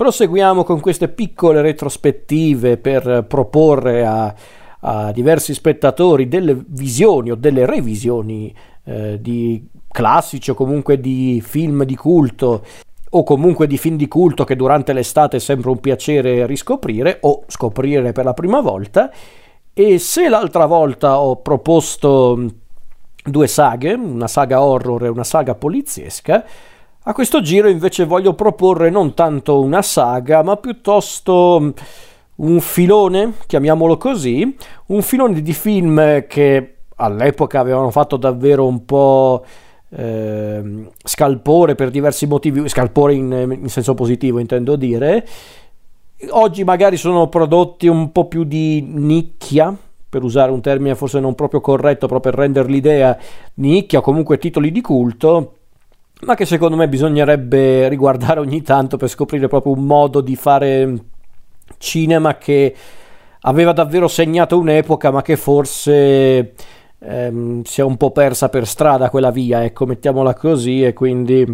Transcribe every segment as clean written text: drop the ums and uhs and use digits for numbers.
Proseguiamo con queste piccole retrospettive per proporre a diversi spettatori delle visioni o delle revisioni di classici o comunque di film di culto o comunque di film di culto che durante l'estate è sempre un piacere riscoprire o scoprire per la prima volta. E se l'altra volta ho proposto due saghe, una saga horror e una saga poliziesca, a questo giro invece voglio proporre non tanto una saga ma piuttosto un filone, chiamiamolo così, un filone di film che all'epoca avevano fatto davvero un po' scalpore per diversi motivi, scalpore in senso positivo intendo dire. Oggi magari sono prodotti un po' più di nicchia, per usare un termine forse non proprio corretto, proprio per rendere l'idea, nicchia o comunque titoli di culto, ma che secondo me bisognerebbe riguardare ogni tanto per scoprire proprio un modo di fare cinema che aveva davvero segnato un'epoca ma che forse si è un po' persa per strada quella via, ecco, mettiamola così. E quindi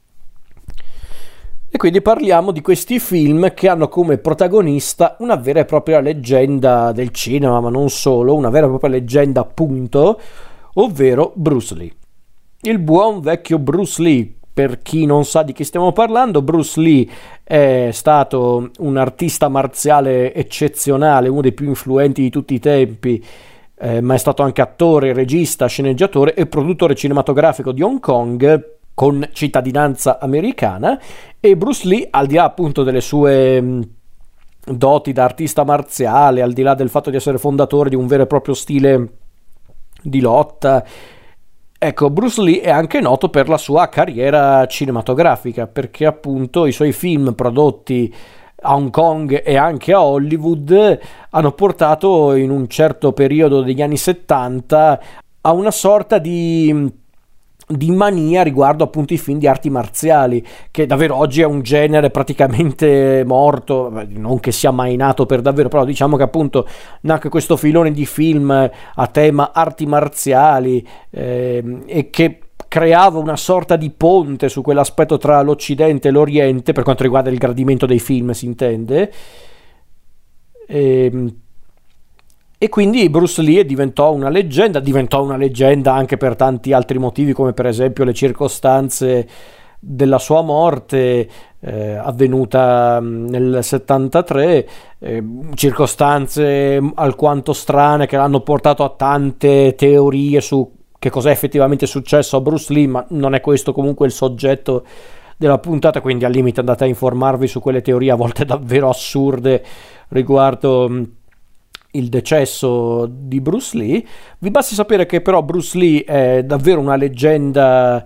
parliamo di questi film che hanno come protagonista una vera e propria leggenda del cinema, ma non solo, una vera e propria leggenda appunto, ovvero Bruce Lee. Il buon vecchio Bruce Lee. Per chi non sa di chi stiamo parlando, Bruce Lee è stato un artista marziale eccezionale, uno dei più influenti di tutti i tempi, ma è stato anche attore, regista, sceneggiatore e produttore cinematografico di Hong Kong con cittadinanza americana. E Bruce Lee, al di là appunto delle sue doti da artista marziale, al di là del fatto di essere fondatore di un vero e proprio stile di lotta, ecco, Bruce Lee è anche noto per la sua carriera cinematografica, perché appunto i suoi film prodotti a Hong Kong e anche a Hollywood hanno portato in un certo periodo degli anni 70 a una sorta di mania riguardo appunto i film di arti marziali, che davvero oggi è un genere praticamente morto, non che sia mai nato per davvero, però diciamo che appunto nacque questo filone di film a tema arti marziali e che creava una sorta di ponte su quell'aspetto tra l'Occidente e l'Oriente per quanto riguarda il gradimento dei film, si intende. E quindi Bruce Lee diventò una leggenda anche per tanti altri motivi, come per esempio le circostanze della sua morte avvenuta nel 73, circostanze alquanto strane che l'hanno portato a tante teorie su che cos'è effettivamente successo a Bruce Lee, ma non è questo comunque il soggetto della puntata, quindi al limite andate a informarvi su quelle teorie a volte davvero assurde riguardo il decesso di Bruce Lee. Vi basti sapere che però Bruce Lee è davvero una leggenda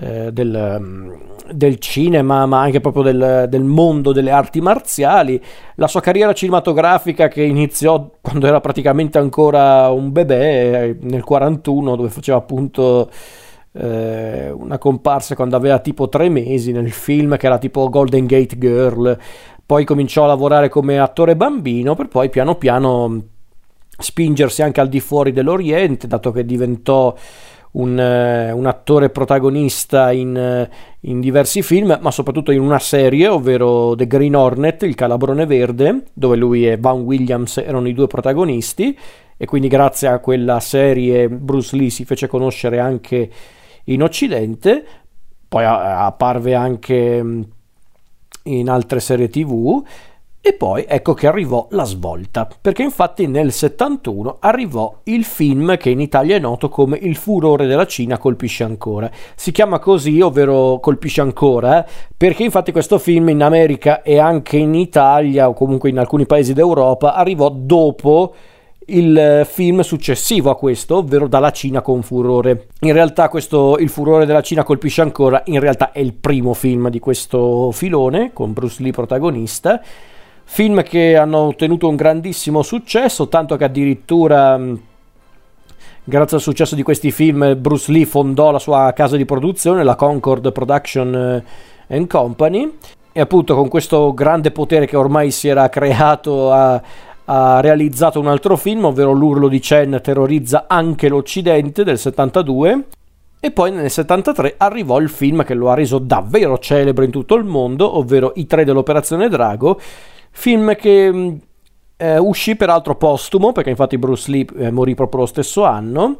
del cinema, ma anche proprio del mondo delle arti marziali. La sua carriera cinematografica, che iniziò quando era praticamente ancora un bebè nel 41, dove faceva appunto una comparsa quando aveva tipo 3 mesi nel film che era tipo Golden Gate Girl. Poi cominciò a lavorare come attore bambino per poi piano piano spingersi anche al di fuori dell'Oriente, dato che diventò un attore protagonista in diversi film, ma soprattutto in una serie, ovvero The Green Hornet, il Calabrone Verde, dove lui e Van Williams erano i due protagonisti, e quindi grazie a quella serie Bruce Lee si fece conoscere anche in Occidente. Poi apparve anche in altre serie TV. E poi ecco che arrivò la svolta, perché infatti nel 71 arrivò il film che in Italia è noto come Il furore della Cina colpisce ancora. Si chiama così, ovvero colpisce ancora, perché infatti questo film in America e anche in Italia, o comunque in alcuni paesi d'Europa, arrivò dopo il film successivo a questo, ovvero Dalla Cina con furore. In realtà questo Il furore della Cina colpisce ancora in realtà è il primo film di questo filone, con Bruce Lee protagonista. Film che hanno ottenuto un grandissimo successo, tanto che addirittura grazie al successo di questi film Bruce Lee fondò la sua casa di produzione, la Concord Production and Company, e appunto con questo grande potere che ormai si era creato ha realizzato un altro film, ovvero L'urlo di Chen terrorizza anche l'Occidente del 72. E poi nel 73 arrivò il film che lo ha reso davvero celebre in tutto il mondo, ovvero I tre dell'Operazione Drago, film che uscì peraltro postumo, perché infatti Bruce Lee morì proprio lo stesso anno,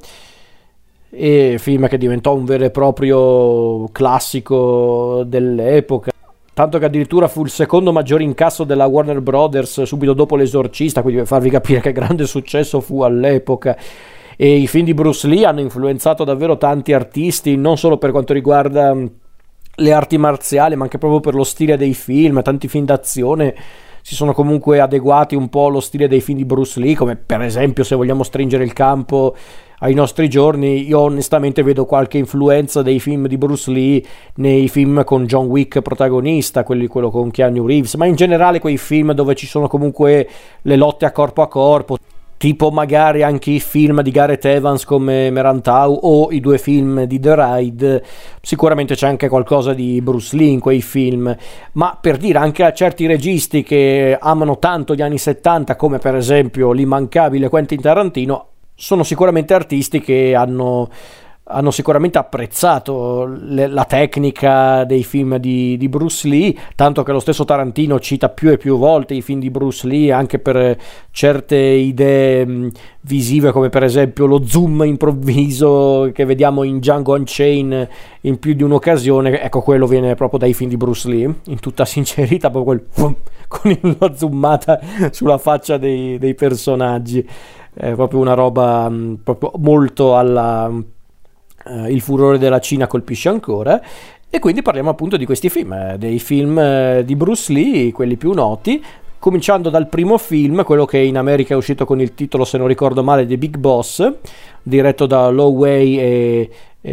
e film che diventò un vero e proprio classico dell'epoca, tanto che addirittura fu il secondo maggior incasso della Warner Brothers subito dopo L'Esorcista, quindi per farvi capire che grande successo fu all'epoca. E i film di Bruce Lee hanno influenzato davvero tanti artisti, non solo per quanto riguarda le arti marziali, ma anche proprio per lo stile dei film. Tanti film d'azione si sono comunque adeguati un po' allo stile dei film di Bruce Lee, come per esempio, se vogliamo stringere il campo ai nostri giorni, io onestamente vedo qualche influenza dei film di Bruce Lee nei film con John Wick protagonista, quello con Keanu Reeves, ma in generale quei film dove ci sono comunque le lotte a corpo, tipo magari anche i film di Gareth Evans come Merantau o i due film di The Raid. Sicuramente c'è anche qualcosa di Bruce Lee in quei film, ma per dire, anche a certi registi che amano tanto gli anni 70, come per esempio l'immancabile Quentin Tarantino, sono sicuramente artisti che hanno sicuramente apprezzato la tecnica dei film di Bruce Lee, tanto che lo stesso Tarantino cita più e più volte i film di Bruce Lee anche per certe idee visive, come per esempio lo zoom improvviso che vediamo in Django Unchained in più di un'occasione. Ecco, quello viene proprio dai film di Bruce Lee, in tutta sincerità, proprio quel con la zoomata sulla faccia dei personaggi. È proprio una roba proprio molto alla Il furore della Cina colpisce ancora. E quindi parliamo appunto di questi film, dei film di Bruce Lee, quelli più noti, cominciando dal primo film, quello che in America è uscito con il titolo, se non ricordo male, The Big Boss, diretto da Lo Wei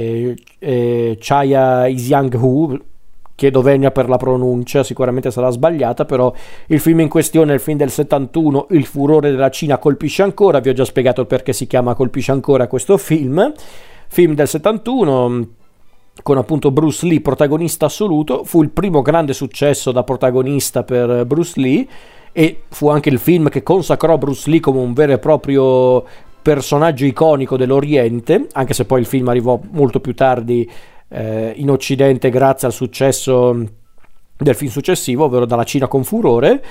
e Chaya Isiang-hu. Chiedo venia per la pronuncia, sicuramente sarà sbagliata, però il film in questione è il film del 71, Il furore della Cina colpisce ancora. Vi ho già spiegato il perché si chiama Colpisce ancora questo film del 71, con appunto Bruce Lee protagonista assoluto. Fu il primo grande successo da protagonista per Bruce Lee e fu anche il film che consacrò Bruce Lee come un vero e proprio personaggio iconico dell'Oriente, anche se poi il film arrivò molto più tardi in Occidente grazie al successo del film successivo, ovvero Dalla Cina con furore.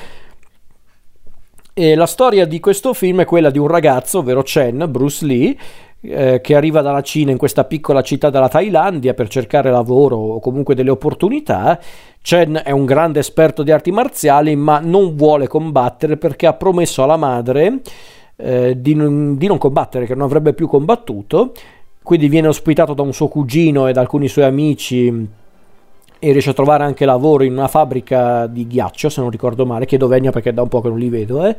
E la storia di questo film è quella di un ragazzo, ovvero Chen, Bruce Lee, che arriva dalla Cina in questa piccola città della Thailandia per cercare lavoro o comunque delle opportunità. Chen è un grande esperto di arti marziali, ma non vuole combattere perché ha promesso alla madre di non combattere, che non avrebbe più combattuto. Quindi viene ospitato da un suo cugino e da alcuni suoi amici e riesce a trovare anche lavoro in una fabbrica di ghiaccio, se non ricordo male. Chiedo venia perché da un po' che non li vedo.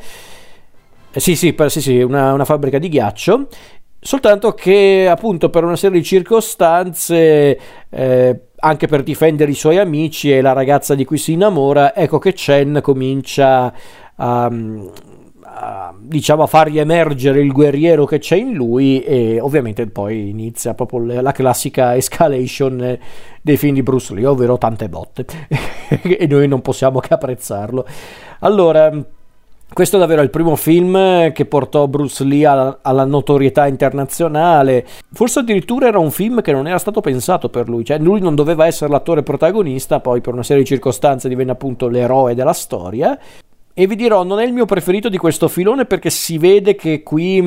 Sì, una fabbrica di ghiaccio. Soltanto che appunto per una serie di circostanze, anche per difendere i suoi amici e la ragazza di cui si innamora, ecco che Chen comincia a fargli emergere il guerriero che c'è in lui, e ovviamente poi inizia proprio la classica escalation dei film di Bruce Lee, ovvero tante botte e noi non possiamo che apprezzarlo. Allora, questo è davvero il primo film che portò Bruce Lee alla notorietà internazionale. Forse addirittura era un film che non era stato pensato per lui, cioè lui non doveva essere l'attore protagonista, poi per una serie di circostanze divenne appunto l'eroe della storia. E vi dirò, non è il mio preferito di questo filone perché si vede che qui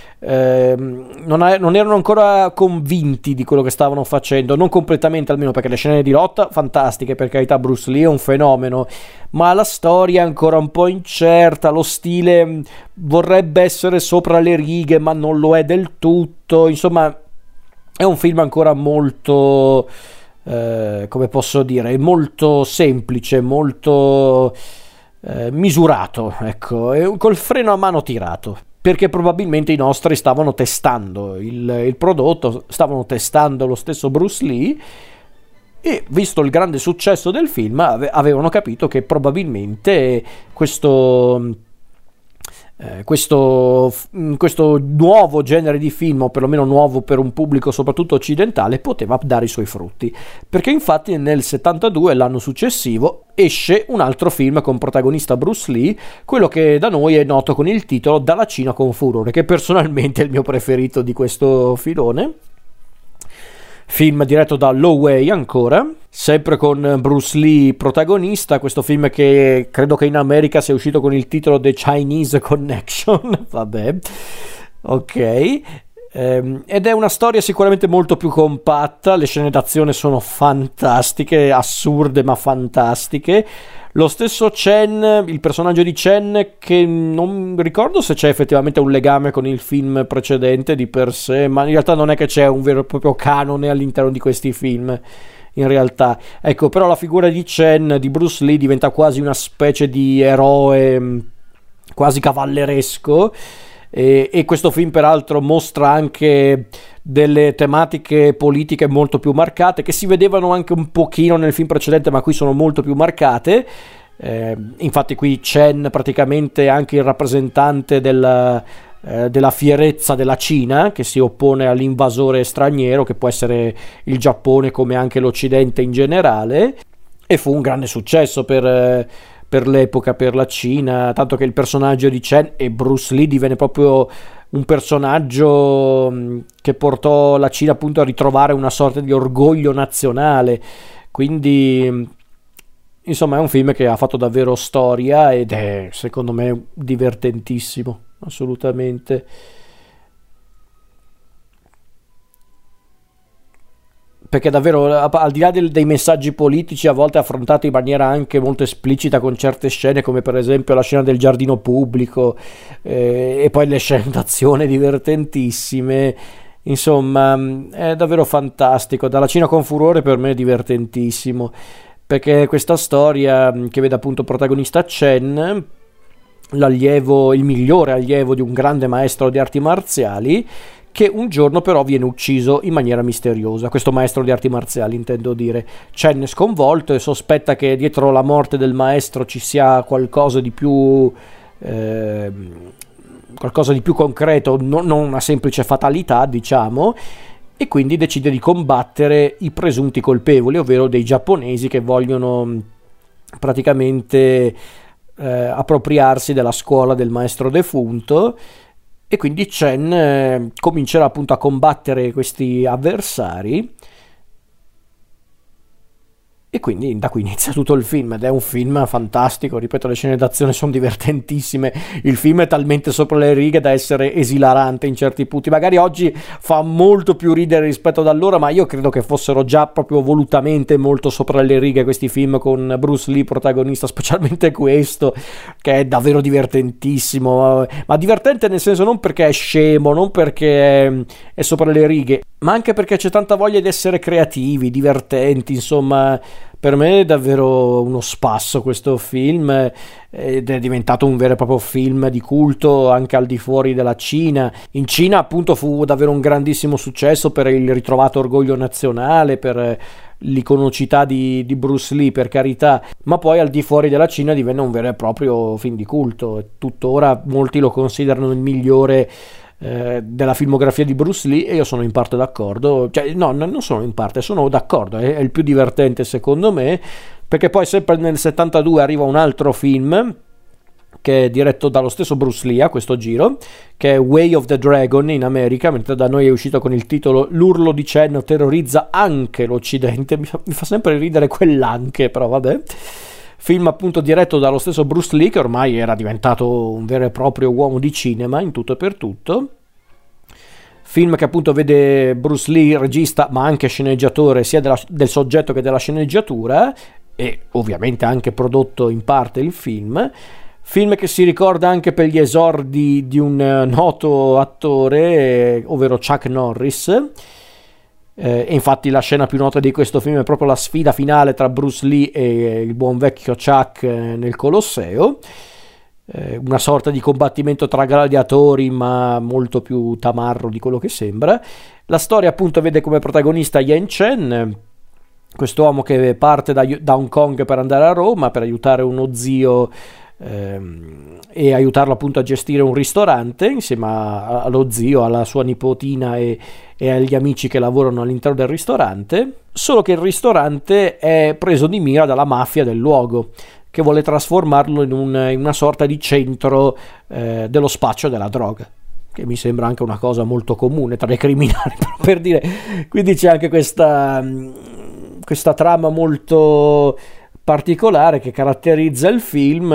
non erano ancora convinti di quello che stavano facendo, non completamente almeno, perché le scene di lotta fantastiche, per carità, Bruce Lee è un fenomeno, ma la storia è ancora un po' incerta, lo stile vorrebbe essere sopra le righe ma non lo è del tutto. Insomma, è un film ancora molto come posso dire, molto semplice, molto misurato, ecco, e col freno a mano tirato, perché probabilmente i nostri stavano testando il prodotto, stavano testando lo stesso Bruce Lee, e visto il grande successo del film avevano capito che probabilmente questo nuovo genere di film, o perlomeno nuovo per un pubblico soprattutto occidentale, poteva dare i suoi frutti, perché infatti nel 72, l'anno successivo, esce un altro film con protagonista Bruce Lee, quello che da noi è noto con il titolo Dalla Cina con furore, che personalmente è il mio preferito di questo filone. film diretto da Lo Wei ancora, sempre con Bruce Lee protagonista, questo film che credo che in America sia uscito con il titolo The Chinese Connection, vabbè, ok. Ed è una storia sicuramente molto più compatta, le scene d'azione sono fantastiche, assurde ma fantastiche. Lo stesso Chen, il personaggio di Chen, che non ricordo se c'è effettivamente un legame con il film precedente di per sé, ma in realtà non è che c'è un vero e proprio canone all'interno di questi film, in realtà. Ecco, però la figura di Chen, di Bruce Lee, diventa quasi una specie di eroe quasi cavalleresco. E questo film peraltro mostra anche delle tematiche politiche molto più marcate, che si vedevano anche un pochino nel film precedente, ma qui sono molto più marcate. Infatti qui Chen praticamente è anche il rappresentante della fierezza della Cina, che si oppone all'invasore straniero, che può essere il Giappone come anche l'Occidente in generale, e fu un grande successo per l'epoca, per la Cina, tanto che il personaggio di Chen e Bruce Lee divenne proprio un personaggio che portò la Cina appunto a ritrovare una sorta di orgoglio nazionale. Quindi insomma è un film che ha fatto davvero storia ed è secondo me divertentissimo, assolutamente. Perché davvero, al di là dei messaggi politici, a volte affrontati in maniera anche molto esplicita con certe scene, come per esempio la scena del giardino pubblico, e poi le scene d'azione divertentissime. Insomma, è davvero fantastico. Dalla Cina con furore per me è divertentissimo, perché questa storia che vede appunto protagonista Chen, il migliore allievo di un grande maestro di arti marziali, che un giorno però viene ucciso in maniera misteriosa. Questo maestro di arti marziali, intendo dire. Chen è sconvolto e sospetta che dietro la morte del maestro ci sia qualcosa di più concreto, non una semplice fatalità, diciamo, e quindi decide di combattere i presunti colpevoli, ovvero dei giapponesi che vogliono praticamente appropriarsi della scuola del maestro defunto. E quindi Chen comincerà appunto a combattere questi avversari, e quindi da qui inizia tutto il film, ed è un film fantastico. Ripeto, le scene d'azione sono divertentissime, il film è talmente sopra le righe da essere esilarante in certi punti. Magari oggi fa molto più ridere rispetto ad allora, ma io credo che fossero già proprio volutamente molto sopra le righe questi film con Bruce Lee protagonista, specialmente questo, che è davvero divertentissimo, ma divertente nel senso non perché è scemo, non perché è sopra le righe, ma anche perché c'è tanta voglia di essere creativi, divertenti. Insomma, per me è davvero uno spasso questo film, ed è diventato un vero e proprio film di culto anche al di fuori della Cina. In Cina appunto fu davvero un grandissimo successo per il ritrovato orgoglio nazionale, per l'iconocità di Bruce Lee, per carità, ma poi al di fuori della Cina divenne un vero e proprio film di culto, e tuttora molti lo considerano il migliore della filmografia di Bruce Lee, e io sono in parte d'accordo. Cioè, no, non sono in parte, sono d'accordo, è il più divertente secondo me, perché poi sempre nel 72 arriva un altro film che è diretto dallo stesso Bruce Lee a questo giro, che è Way of the Dragon in America, mentre da noi è uscito con il titolo L'urlo di Chen terrorizza anche l'Occidente. Mi fa sempre ridere quell'anche, però vabbè. Film appunto diretto dallo stesso Bruce Lee, che ormai era diventato un vero e proprio uomo di cinema in tutto e per tutto. Film che appunto vede Bruce Lee regista, ma anche sceneggiatore sia del soggetto che della sceneggiatura, e ovviamente anche prodotto in parte il film. Film che si ricorda anche per gli esordi di un noto attore, ovvero Chuck Norris. E infatti la scena più nota di questo film è proprio la sfida finale tra Bruce Lee e il buon vecchio Chuck nel Colosseo, una sorta di combattimento tra gladiatori, ma molto più tamarro di quello che sembra. La storia appunto vede come protagonista Yen Chen, quest'uomo che parte da Hong Kong per andare a Roma per aiutare uno zio e aiutarlo appunto a gestire un ristorante insieme allo zio, alla sua nipotina e agli amici che lavorano all'interno del ristorante. Solo che il ristorante è preso di mira dalla mafia del luogo, che vuole trasformarlo in una sorta di centro dello spaccio della droga. che mi sembra anche una cosa molto comune tra i criminali, per dire. Quindi c'è anche questa trama molto particolare che caratterizza il film,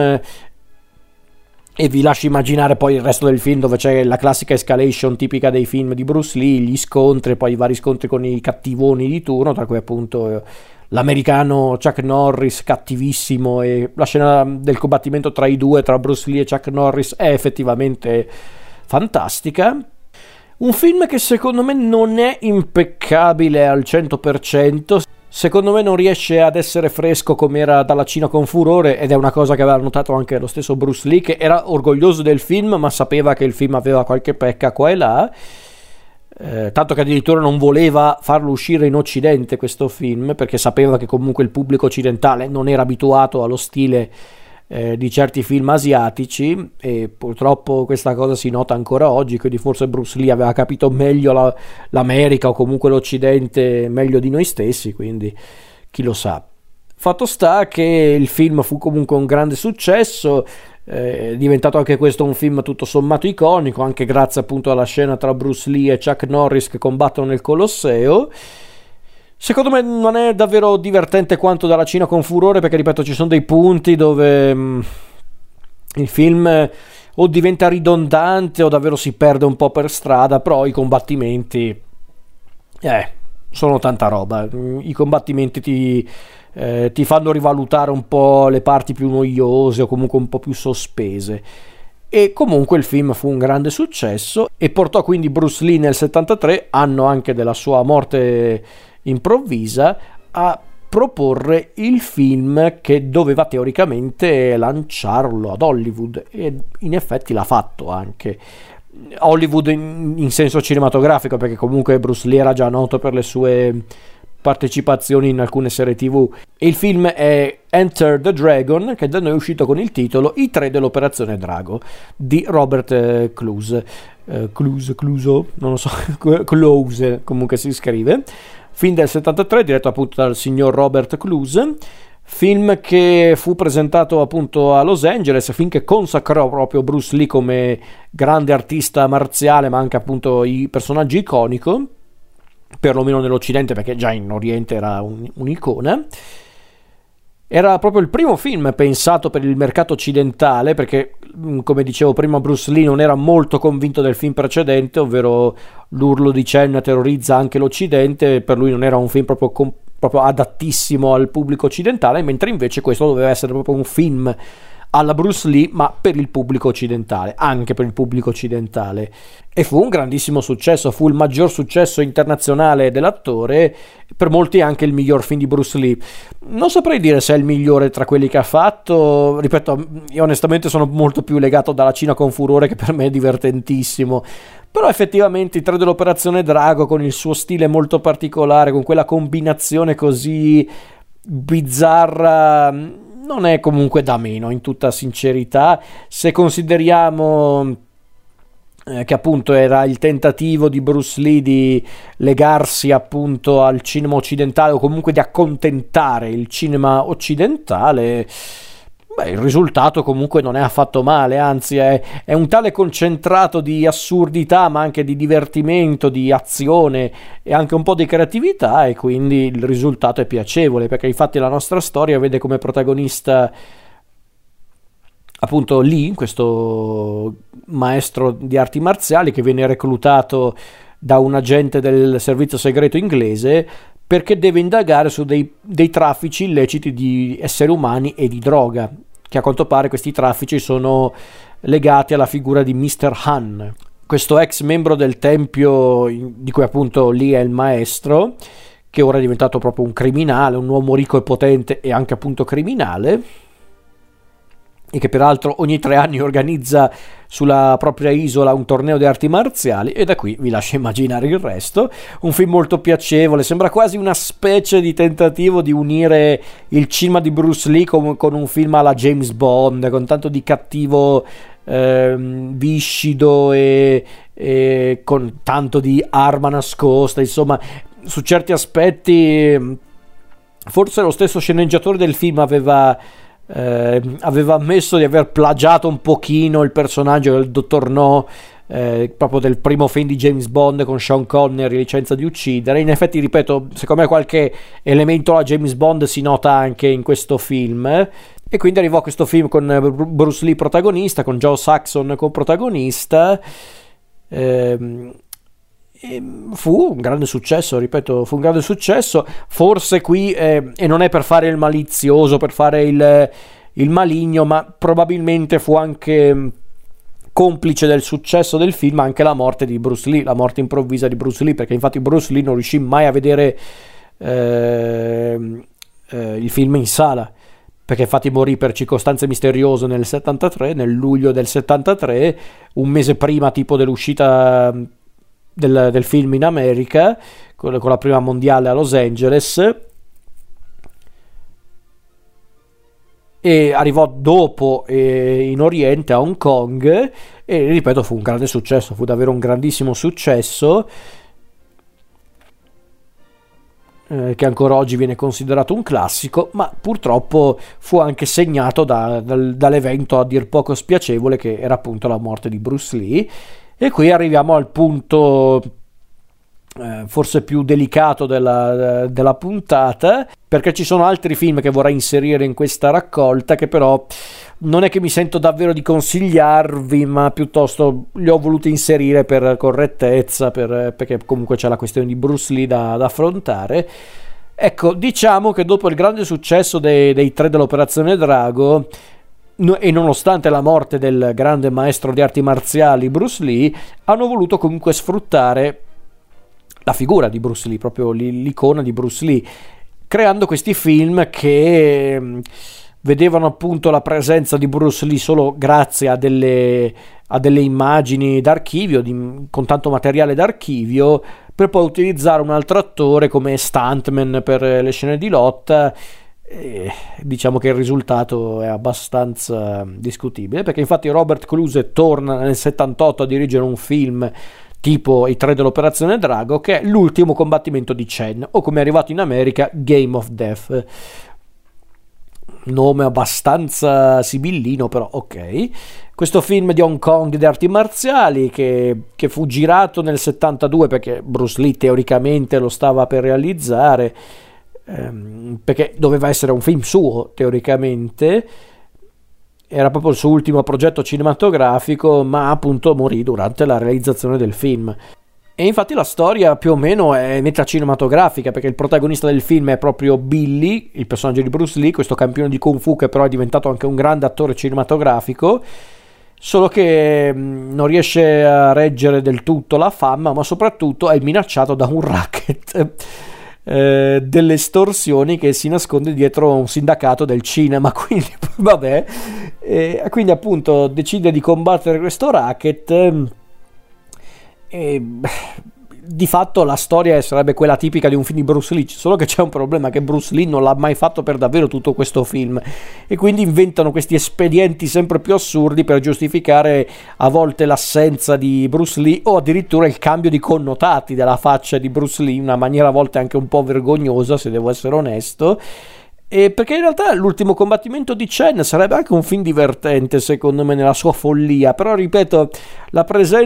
e vi lascio immaginare poi il resto del film, dove c'è la classica escalation tipica dei film di Bruce Lee, gli scontri, poi i vari scontri con i cattivoni di turno, tra cui appunto l'americano Chuck Norris cattivissimo, e la scena del combattimento tra i due, tra Bruce Lee e Chuck Norris, è effettivamente fantastica. Un film che secondo me non è impeccabile al 100%, secondo me non riesce ad essere fresco come era Dalla Cina con furore, ed è una cosa che aveva notato anche lo stesso Bruce Lee, che era orgoglioso del film ma sapeva che il film aveva qualche pecca qua e là, tanto che addirittura non voleva farlo uscire in Occidente questo film, perché sapeva che comunque il pubblico occidentale non era abituato allo stile di certi film asiatici, e purtroppo questa cosa si nota ancora oggi, quindi forse Bruce Lee aveva capito meglio l'America, o comunque l'Occidente, meglio di noi stessi, quindi chi lo sa. Fatto sta che il film fu comunque un grande successo, è diventato anche questo un film tutto sommato iconico, anche grazie appunto alla scena tra Bruce Lee e Chuck Norris che combattono nel Colosseo. Secondo me non è davvero divertente quanto Dalla Cina con furore, perché ripeto, ci sono dei punti dove il film o diventa ridondante o davvero si perde un po' per strada, però i combattimenti sono tanta roba. I combattimenti ti fanno rivalutare un po' le parti più noiose o comunque un po' più sospese. E comunque il film fu un grande successo e portò quindi Bruce Lee nel 73, anno anche della sua morte improvvisa, a proporre il film che doveva teoricamente lanciarlo ad Hollywood, e in effetti l'ha fatto anche Hollywood in senso cinematografico, perché comunque Bruce Lee era già noto per le sue partecipazioni in alcune serie TV. Il film è Enter the Dragon, che da noi è uscito con il titolo I tre dell'Operazione Drago di Robert Clouse, non lo so, Clouse comunque si scrive. Film del 73 diretto appunto dal signor Robert Clouse, film che fu presentato appunto a Los Angeles, film che consacrò proprio Bruce Lee come grande artista marziale, ma anche appunto i personaggi iconico, perlomeno nell'Occidente, perché già in Oriente era un'icona. Era proprio il primo film pensato per il mercato occidentale, perché come dicevo prima Bruce Lee non era molto convinto del film precedente, ovvero L'urlo di Chen terrorizza anche l'Occidente, per lui non era un film proprio adattissimo al pubblico occidentale, mentre invece questo doveva essere proprio un film alla Bruce Lee, ma per il pubblico occidentale, anche per il pubblico occidentale. E fu un grandissimo successo, fu il maggior successo internazionale dell'attore, per molti anche il miglior film di Bruce Lee. Non saprei dire se è il migliore tra quelli che ha fatto, ripeto, io onestamente sono molto più legato Dalla Cina con furore, che per me è divertentissimo, però effettivamente i tre dell'Operazione Drago, con il suo stile molto particolare, con quella combinazione così bizzarra, non è comunque da meno, in tutta sincerità, se consideriamo che appunto era il tentativo di Bruce Lee di legarsi appunto al cinema occidentale, o comunque di accontentare il cinema occidentale. Il risultato comunque non è affatto male, anzi è un tale concentrato di assurdità, ma anche di divertimento, di azione e anche un po' di creatività, e quindi il risultato è piacevole, perché infatti la nostra storia vede come protagonista appunto Lee, questo maestro di arti marziali che viene reclutato da un agente del servizio segreto inglese, perché deve indagare su dei traffici illeciti di esseri umani e di droga, che a quanto pare questi traffici sono legati alla figura di Mr. Han, questo ex membro del tempio di cui appunto Lee è il maestro, che ora è diventato proprio un criminale, un uomo ricco e potente e anche appunto criminale, e che peraltro ogni 3 anni organizza sulla propria isola un torneo di arti marziali, e da qui vi lascio immaginare il resto. Un film molto piacevole, sembra quasi una specie di tentativo di unire il cinema di Bruce Lee con un film alla James Bond, con tanto di cattivo viscido e con tanto di arma nascosta, insomma su certi aspetti forse lo stesso sceneggiatore del film aveva ammesso di aver plagiato un pochino il personaggio del dottor No proprio del primo film di James Bond con Sean Connery, Licenza di uccidere. In effetti, ripeto, secondo me qualche elemento a James Bond si nota anche in questo film. E quindi arrivò questo film con Bruce Lee protagonista, con Joe Saxon coprotagonista. E fu un grande successo, ripeto, fu un grande successo. Forse qui, e non è per fare il malizioso, per fare il maligno, ma probabilmente fu anche complice del successo del film anche la morte di Bruce Lee, la morte improvvisa di Bruce Lee, perché infatti Bruce Lee non riuscì mai a vedere il film in sala, perché infatti morì per circostanze misteriose nel 73, nel luglio del 73, un mese prima tipo dell'uscita del film in America, con la prima mondiale a Los Angeles, e arrivò dopo in Oriente a Hong Kong, e ripeto fu un grande successo, fu davvero un grandissimo successo, che ancora oggi viene considerato un classico, ma purtroppo fu anche segnato dall'evento a dir poco spiacevole che era appunto la morte di Bruce Lee. E qui arriviamo al punto forse più delicato della puntata, perché ci sono altri film che vorrei inserire in questa raccolta, che però non è che mi sento davvero di consigliarvi, ma piuttosto li ho voluti inserire per correttezza, perché comunque c'è la questione di Bruce Lee da affrontare. Ecco, diciamo che dopo il grande successo dei tre dell'Operazione Drago, e nonostante la morte del grande maestro di arti marziali Bruce Lee, hanno voluto comunque sfruttare la figura di Bruce Lee, proprio l'icona di Bruce Lee, creando questi film che vedevano appunto la presenza di Bruce Lee solo grazie a delle immagini d'archivio, con tanto materiale d'archivio, per poi utilizzare un altro attore come stuntman per le scene di lotta. Diciamo che il risultato è abbastanza discutibile, perché infatti Robert Clouse torna nel 78 a dirigere un film tipo I tre dell'Operazione Drago, che è L'ultimo combattimento di Chen, o come è arrivato in America Game of Death, nome abbastanza sibillino, però ok. Questo film di Hong Kong di arti marziali che fu girato nel 72, perché Bruce Lee teoricamente lo stava per realizzare, perché doveva essere un film suo teoricamente, era proprio il suo ultimo progetto cinematografico, ma appunto morì durante la realizzazione del film. E infatti la storia più o meno è meta cinematografica, perché il protagonista del film è proprio Billy, il personaggio di Bruce Lee, questo campione di Kung Fu che però è diventato anche un grande attore cinematografico, solo che non riesce a reggere del tutto la fama, ma soprattutto è minacciato da un racket delle estorsioni che si nasconde dietro un sindacato del cinema, quindi vabbè, quindi appunto decide di combattere questo racket, e di fatto la storia sarebbe quella tipica di un film di Bruce Lee, solo che c'è un problema, che Bruce Lee non l'ha mai fatto per davvero tutto questo film, e quindi inventano questi espedienti sempre più assurdi per giustificare a volte l'assenza di Bruce Lee, o addirittura il cambio di connotati della faccia di Bruce Lee in una maniera a volte anche un po' vergognosa, se devo essere onesto. E perché in realtà L'ultimo combattimento di Chen sarebbe anche un film divertente secondo me nella sua follia, però ripeto, la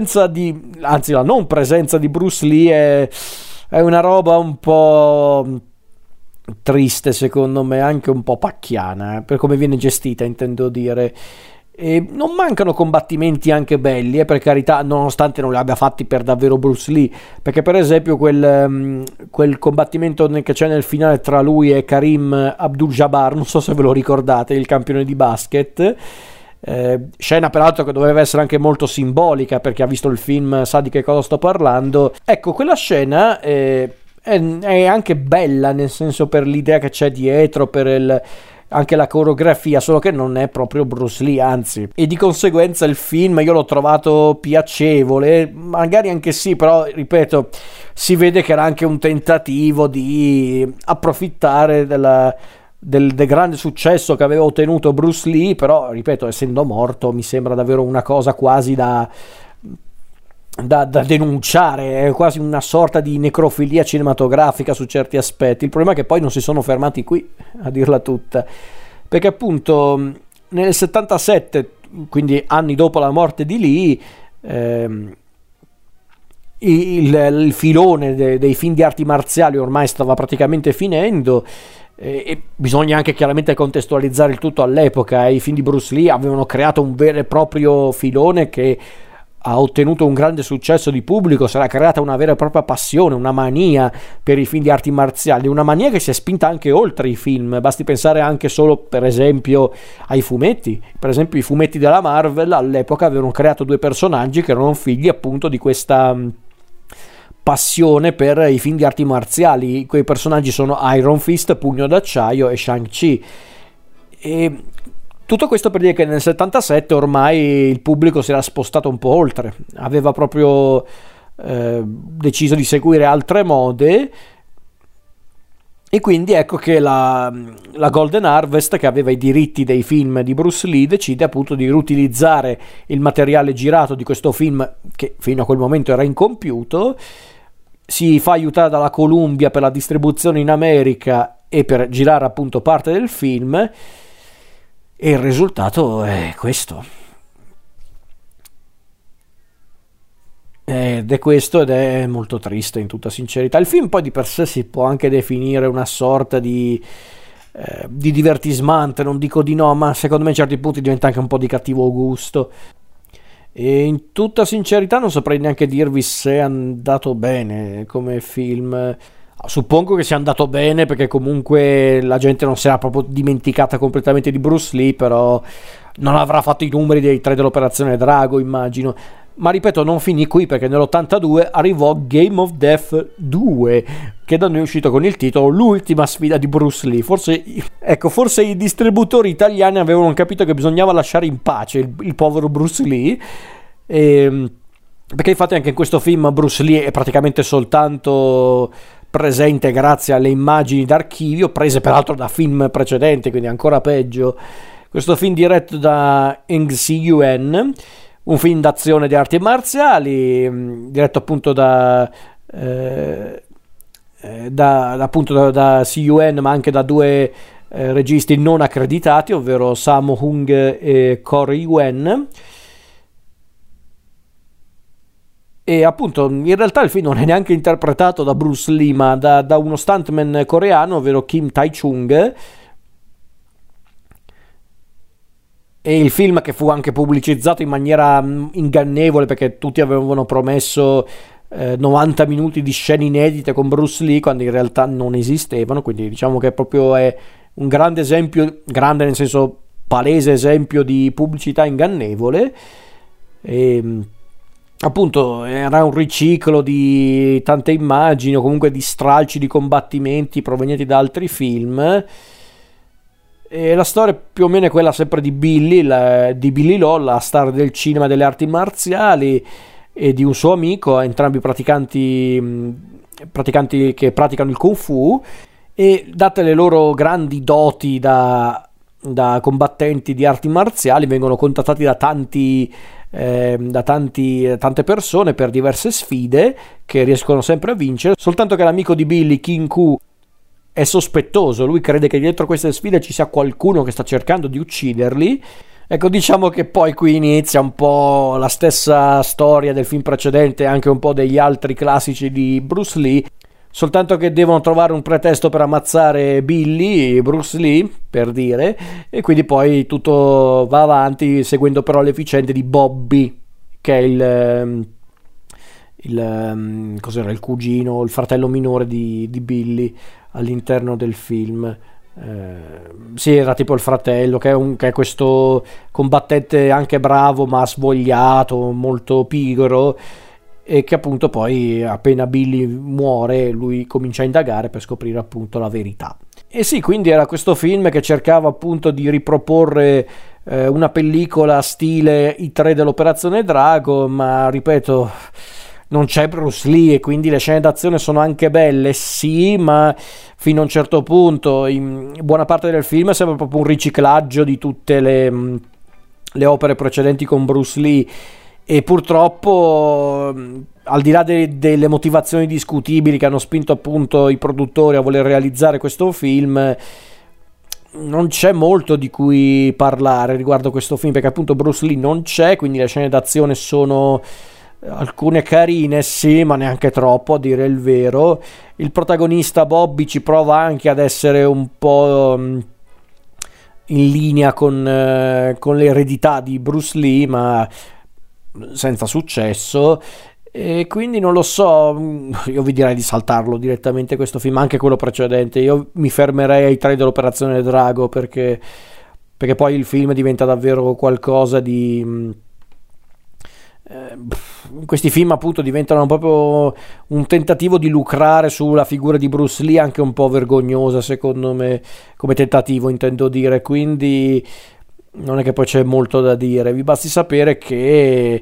non presenza di Bruce Lee è una roba un po' triste secondo me, anche un po' pacchiana, per come viene gestita, intendo dire. E non mancano combattimenti anche belli, per carità, nonostante non li abbia fatti per davvero Bruce Lee, perché per esempio quel combattimento che c'è nel finale tra lui e Karim Abdul-Jabbar, non so se ve lo ricordate, il campione di basket, scena peraltro che doveva essere anche molto simbolica, perché ha visto il film sa di che cosa sto parlando. Ecco, quella scena è anche bella, nel senso, per l'idea che c'è dietro, per anche la coreografia, solo che non è proprio Bruce Lee, anzi, e di conseguenza il film io l'ho trovato piacevole, magari anche sì, però ripeto, si vede che era anche un tentativo di approfittare del grande successo che aveva ottenuto Bruce Lee, però ripeto, essendo morto mi sembra davvero una cosa quasi da denunciare, è quasi una sorta di necrofilia cinematografica su certi aspetti. Il problema è che poi non si sono fermati qui, a dirla tutta, perché appunto nel 77, quindi anni dopo la morte di Lee, il filone dei film di arti marziali ormai stava praticamente finendo, e bisogna anche chiaramente contestualizzare il tutto all'epoca. I film di Bruce Lee avevano creato un vero e proprio filone che ha ottenuto un grande successo di pubblico, si era creata una vera e propria passione, una mania per i film di arti marziali, una mania che si è spinta anche oltre i film. Basti pensare anche solo, per esempio, ai fumetti. Per esempio, i fumetti della Marvel all'epoca avevano creato due personaggi che erano figli appunto di questa passione per i film di arti marziali. Quei personaggi sono Iron Fist, Pugno d'Acciaio, e Shang-Chi. E tutto questo per dire che nel 77 ormai il pubblico si era spostato un po' oltre, aveva proprio deciso di seguire altre mode, e quindi ecco che la Golden Harvest, che aveva i diritti dei film di Bruce Lee, decide appunto di riutilizzare il materiale girato di questo film che fino a quel momento era incompiuto. Si fa aiutare dalla Columbia per la distribuzione in America e per girare appunto parte del film, e il risultato è questo. Ed è questo, ed è molto triste in tutta sincerità. Il film poi di per sé si può anche definire una sorta di divertismante, non dico di no, ma secondo me in certi punti diventa anche un po' di cattivo gusto. E in tutta sincerità non saprei neanche dirvi se è andato bene come film. Suppongo che sia andato bene, perché comunque la gente non si era proprio dimenticata completamente di Bruce Lee, però non avrà fatto i numeri dei 3 dell'Operazione Drago, immagino. Ma ripeto, non finì qui, perché nell'82 arrivò Game of Death 2, che da noi è uscito con il titolo L'ultima sfida di Bruce Lee. Forse i distributori italiani avevano capito che bisognava lasciare in pace il povero Bruce Lee, perché infatti anche in questo film Bruce Lee è praticamente soltanto presente grazie alle immagini d'archivio, prese peraltro da film precedenti, quindi ancora peggio. Questo film diretto da Eng Si-Yuen, un film d'azione di arti marziali, diretto appunto da Si-Yuen, ma anche da due registi non accreditati, ovvero Sammo Hung e Corey Yuen. E appunto in realtà il film non è neanche interpretato da Bruce Lee, ma da uno stuntman coreano, ovvero Kim Tae-chung. E il film, che fu anche pubblicizzato in maniera ingannevole, perché tutti avevano promesso 90 minuti di scene inedite con Bruce Lee, quando in realtà non esistevano. Quindi diciamo che proprio è un grande esempio, grande nel senso palese esempio di pubblicità ingannevole. E appunto era un riciclo di tante immagini, o comunque di stralci di combattimenti provenienti da altri film. E la storia più o meno è quella sempre di Billy Lo, la star del cinema e delle arti marziali, e di un suo amico, entrambi praticanti che praticano il Kung Fu, e date le loro grandi doti da combattenti di arti marziali, vengono contattati da tante persone per diverse sfide che riescono sempre a vincere, soltanto che l'amico di Billy, King Ku, è sospettoso. Lui crede che dietro queste sfide ci sia qualcuno che sta cercando di ucciderli. Ecco, diciamo che poi qui inizia un po' la stessa storia del film precedente, anche un po' degli altri classici di Bruce Lee, soltanto che devono trovare un pretesto per ammazzare Bruce Lee, per dire, e quindi poi tutto va avanti seguendo però le vicende di Bobby, che è cos'era, il cugino, il fratello minore di Billy all'interno del film. Sì, era tipo il fratello, che è questo combattente anche bravo ma svogliato, molto pigro, e che appunto poi appena Billy muore lui comincia a indagare per scoprire appunto la verità. E sì, quindi era questo film che cercava appunto di riproporre una pellicola stile i 3 dell'Operazione Drago, ma ripeto, non c'è Bruce Lee, e quindi le scene d'azione sono anche belle, sì, ma fino a un certo punto. In buona parte del film sembra proprio un riciclaggio di tutte le opere precedenti con Bruce Lee, e purtroppo, al di là delle motivazioni discutibili che hanno spinto appunto i produttori a voler realizzare questo film, non c'è molto di cui parlare riguardo questo film, perché appunto Bruce Lee non c'è, quindi le scene d'azione sono alcune carine, sì, ma neanche troppo a dire il vero. Il protagonista Bobby ci prova anche ad essere un po' in linea con l'eredità di Bruce Lee, ma senza successo. E quindi non lo so, io vi direi di saltarlo direttamente questo film, anche quello precedente. Io mi fermerei ai tre dell'Operazione Drago, perché poi il film diventa davvero qualcosa di questi film appunto diventano proprio un tentativo di lucrare sulla figura di Bruce Lee, anche un po' vergognosa secondo me, come tentativo intendo dire, quindi non è che poi c'è molto da dire. Vi basti sapere che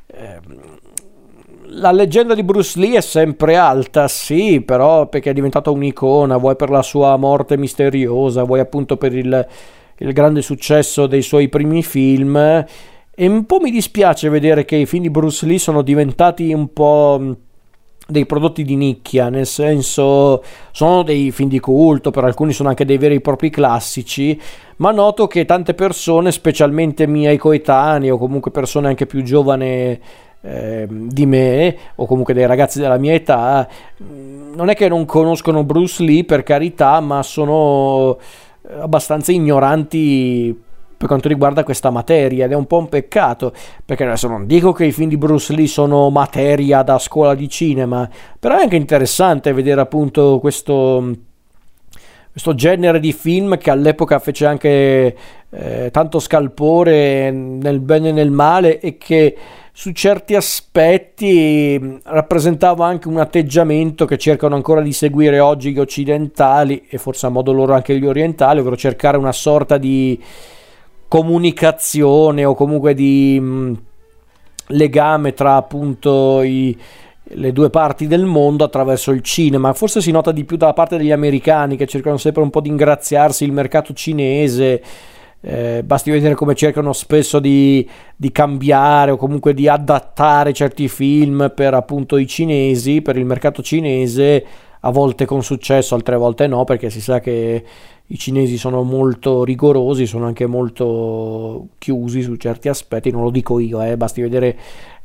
la leggenda di Bruce Lee è sempre alta, sì, però perché è diventato un'icona, vuoi per la sua morte misteriosa, vuoi appunto per il grande successo dei suoi primi film. E un po' mi dispiace vedere che i film di Bruce Lee sono diventati un po' dei prodotti di nicchia, nel senso sono dei film di culto, per alcuni sono anche dei veri e propri classici, ma noto che tante persone, specialmente miei coetanei o comunque persone anche più giovani di me, o comunque dei ragazzi della mia età, non è che non conoscono Bruce Lee, per carità, ma sono abbastanza ignoranti per quanto riguarda questa materia, ed è un po' un peccato, perché adesso non dico che i film di Bruce Lee sono materia da scuola di cinema, però è anche interessante vedere appunto questo genere di film che all'epoca fece anche tanto scalpore nel bene e nel male, e che su certi aspetti rappresentava anche un atteggiamento che cercano ancora di seguire oggi gli occidentali, e forse a modo loro anche gli orientali, ovvero cercare una sorta di comunicazione o comunque di legame tra appunto le due parti del mondo attraverso il cinema. Forse si nota di più dalla parte degli americani, che cercano sempre un po' di ingraziarsi il mercato cinese. Basti vedere come cercano spesso di cambiare o comunque di adattare certi film per appunto i cinesi, per il mercato cinese, a volte con successo, altre volte no, perché si sa che i cinesi sono molto rigorosi, sono anche molto chiusi su certi aspetti, non lo dico io, basti vedere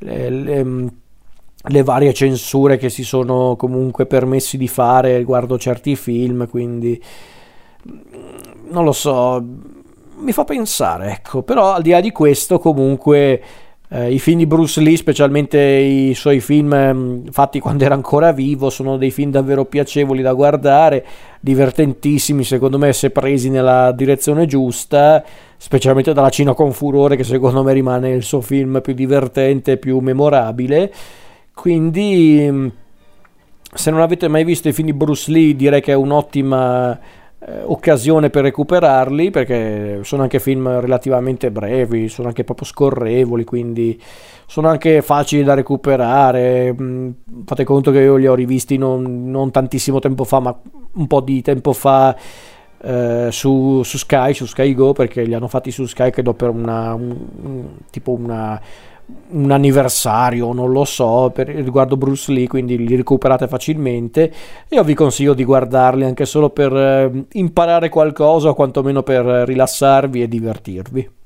le varie censure che si sono comunque permessi di fare riguardo certi film, quindi non lo so, mi fa pensare, ecco. Però al di là di questo comunque i film di Bruce Lee, specialmente i suoi film fatti quando era ancora vivo, sono dei film davvero piacevoli da guardare, divertentissimi secondo me se presi nella direzione giusta, specialmente dalla Cina con furore, che secondo me rimane il suo film più divertente e più memorabile. Quindi se non avete mai visto i film di Bruce Lee, direi che è un'ottima occasione per recuperarli, perché sono anche film relativamente brevi, sono anche proprio scorrevoli, quindi sono anche facili da recuperare. Fate conto che io li ho rivisti non tantissimo tempo fa, ma un po' di tempo fa, su Sky Go, perché li hanno fatti su Sky, credo per un anniversario, non lo so, per riguardo Bruce Lee, quindi li recuperate facilmente. Io vi consiglio di guardarli anche solo per imparare qualcosa, o quantomeno per rilassarvi e divertirvi.